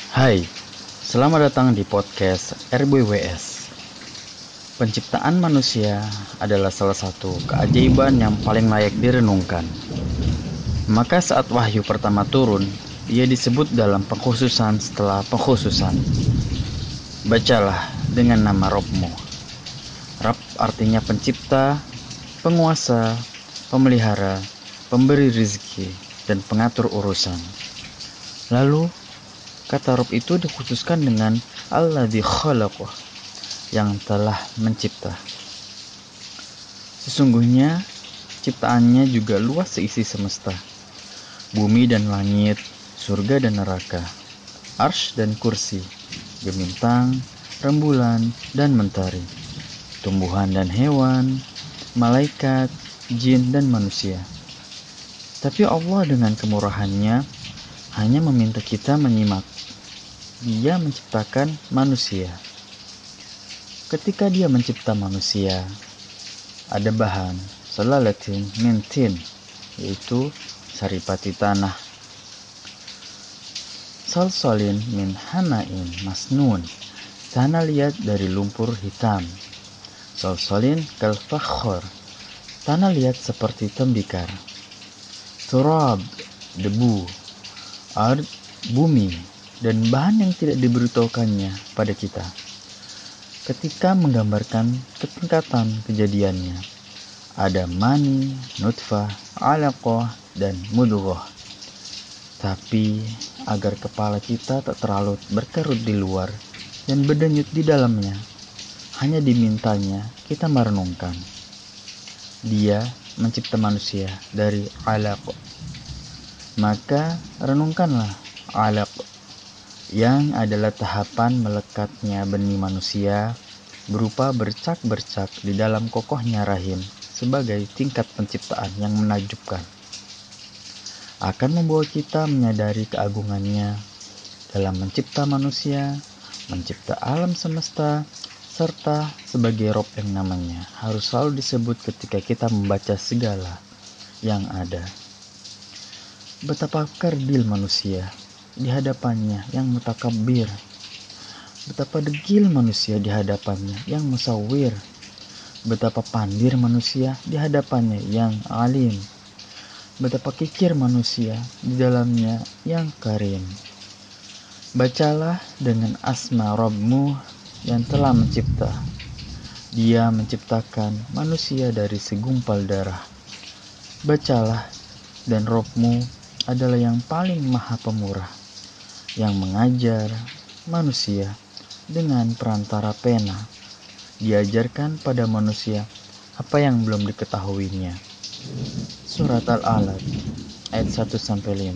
Hai, selamat datang di podcast RBWS. Penciptaan manusia adalah salah satu keajaiban yang paling layak direnungkan. Maka saat wahyu pertama turun, ia disebut dalam pengkhususan setelah pengkhususan. Bacalah dengan nama Robmu. Rab artinya pencipta, penguasa, pemelihara, pemberi rizki, dan pengatur urusan. Lalu, kata Rob itu dikhususkan dengan Alladzi khalaqah, yang telah mencipta. Sesungguhnya ciptaannya juga luas seisi semesta, bumi dan langit, surga dan neraka, arsy dan kursi, gemintang, rembulan dan mentari, tumbuhan dan hewan, malaikat, jin dan manusia. Tapi Allah dengan kemurahannya hanya meminta kita menyimak. Dia menciptakan manusia. Ketika dia mencipta manusia, ada bahan salalatin min tin, yaitu saripati tanah, salsalin min hamain masnun, tanah liat dari lumpur hitam, salsalin kal fakhor, tanah liat seperti tembikar, turab, debu, ard, bumi, dan bahan yang tidak diberitahukannya pada kita. Ketika menggambarkan ketingkatan kejadiannya, ada mani, nutfah, alaqah, dan mudghah. Tapi agar kepala kita tak terlalu berkerut di luar dan berdenyut di dalamnya, hanya dimintanya kita merenungkan. Dia mencipta manusia dari alaq. Maka renungkanlah alaq, yang adalah tahapan melekatnya benih manusia berupa bercak-bercak di dalam kokohnya rahim sebagai tingkat penciptaan yang menakjubkan. Akan membawa kita menyadari keagungannya dalam mencipta manusia, mencipta alam semesta, serta sebagai Rob yang namanya harus selalu disebut ketika kita membaca segala yang ada. Betapa kerdil manusia di hadapannya yang mutakabbir, betapa degil manusia di hadapannya yang musawwir, betapa pandir manusia di hadapannya yang alim, betapa kikir manusia di dalamnya yang karim. Bacalah dengan asma Rabbmu yang telah mencipta. Dia menciptakan manusia dari segumpal darah. Bacalah, dan Rabbmu adalah yang paling maha pemurah, yang mengajar manusia dengan perantara pena. Diajarkan pada manusia apa yang belum diketahuinya. Surat Al-Alaq ayat 1-5.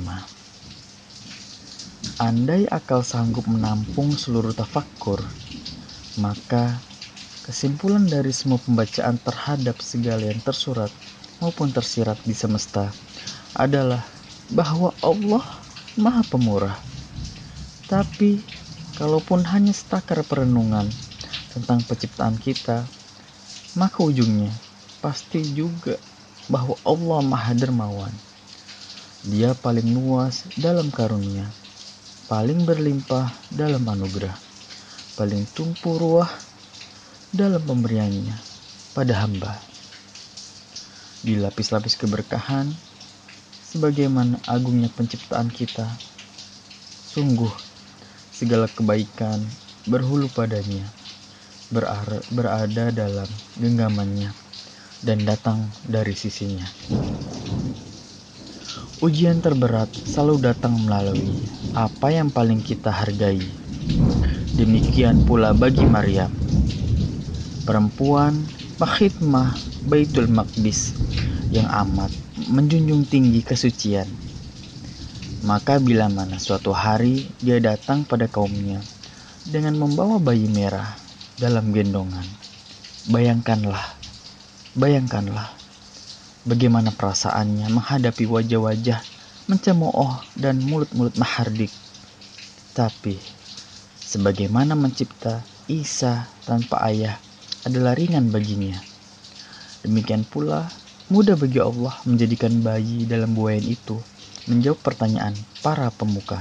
Andai akal sanggup menampung seluruh tafakkur, maka kesimpulan dari semua pembacaan terhadap segala yang tersurat maupun tersirat di semesta adalah bahwa Allah Maha Pemurah. Tapi kalaupun hanya setakar perenungan tentang penciptaan kita, maka ujungnya pasti juga bahwa Allah Maha Dermawan. Dia paling luas dalam karunia, paling berlimpah dalam anugerah, paling tumpul ruah dalam pemberiannya pada hamba. Di lapis-lapis keberkahan, sebagaimana agungnya penciptaan kita, sungguh segala kebaikan berhulu padanya, berada dalam genggamannya, dan datang dari sisinya. Ujian terberat selalu datang melalui apa yang paling kita hargai. Demikian pula bagi Maryam, perempuan pakhidmah Baitul Maqdis yang amat menjunjung tinggi kesucian. Maka bila mana suatu hari dia datang pada kaumnya dengan membawa bayi merah dalam gendongan, bayangkanlah bagaimana perasaannya menghadapi wajah-wajah mencemooh dan mulut-mulut mahardik. Tapi sebagaimana mencipta Isa tanpa ayah adalah ringan baginya, demikian pula mudah bagi Allah menjadikan bayi dalam buayan itu menjawab pertanyaan para pemuka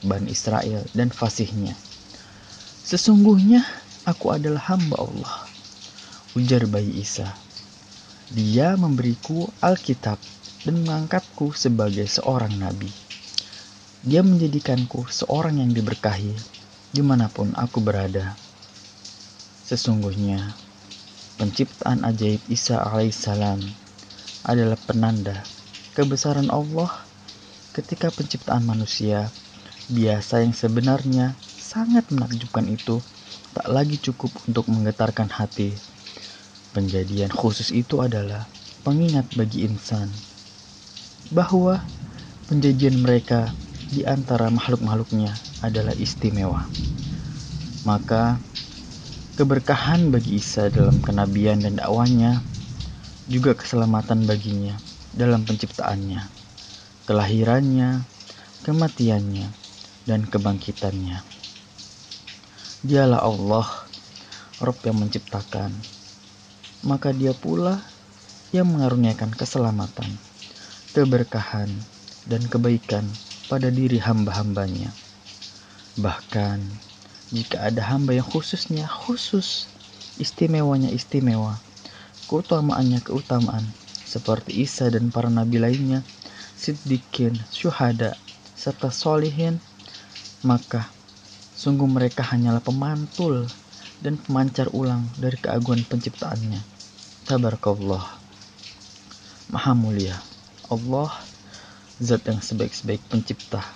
Bani Israel dan fasihnya. Sesungguhnya aku adalah hamba Allah, ujar bayi Isa. Dia memberiku Alkitab dan mengangkatku sebagai seorang nabi. Dia menjadikanku seorang yang diberkahi dimanapun aku berada. Sesungguhnya penciptaan ajaib Isa alaihissalam adalah penanda kebesaran Allah ketika penciptaan manusia biasa yang sebenarnya sangat menakjubkan itu tak lagi cukup untuk menggetarkan hati. Penjadian khusus itu adalah pengingat bagi insan bahwa penjadian mereka di antara makhluk-makhluknya adalah istimewa. Maka keberkahan bagi Isa dalam kenabian dan dakwahnya, juga keselamatan baginya dalam penciptaannya, kelahirannya, kematiannya, dan kebangkitannya. Dialah Allah, Rabb yang menciptakan, maka Dia pula yang mengaruniakan keselamatan, keberkahan, dan kebaikan pada diri hamba-hambanya. Bahkan jika ada hamba yang khususnya khusus, istimewanya istimewa, keutamaannya keutamaan, seperti Isa dan para nabi lainnya, siddiqin, syuhada, serta solihin, maka sungguh mereka hanyalah pemantul dan pemancar ulang dari keagungan penciptaannya. Tabarakallah, Maha Mulia Allah, Zat yang sebaik-baik pencipta.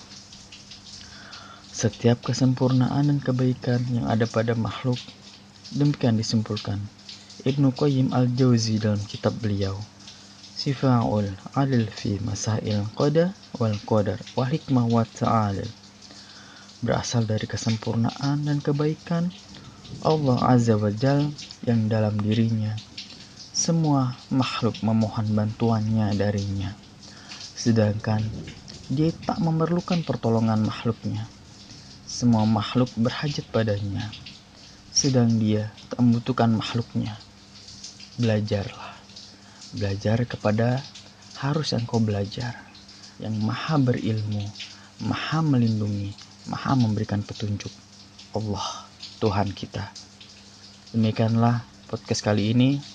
Setiap kesempurnaan dan kebaikan yang ada pada makhluk, demikian disimpulkan Ibnu Qayyim al-Jauzi dalam kitab beliau Sifa'ul Alil fi Masail Qada wal Qadar wal Hikmah wa Ta'alil. Berasal dari kesempurnaan dan kebaikan Allah Azza wa Jal yang dalam dirinya semua makhluk memohon bantuannya darinya, sedangkan Dia tak memerlukan pertolongan makhluknya. Semua makhluk berhajat padanya, sedang Dia tak membutuhkan makhluknya. Belajarlah, belajar kepada harus engkau belajar, yang maha berilmu, maha melindungi, maha memberikan petunjuk, Allah, Tuhan kita. Demikianlah podcast kali ini.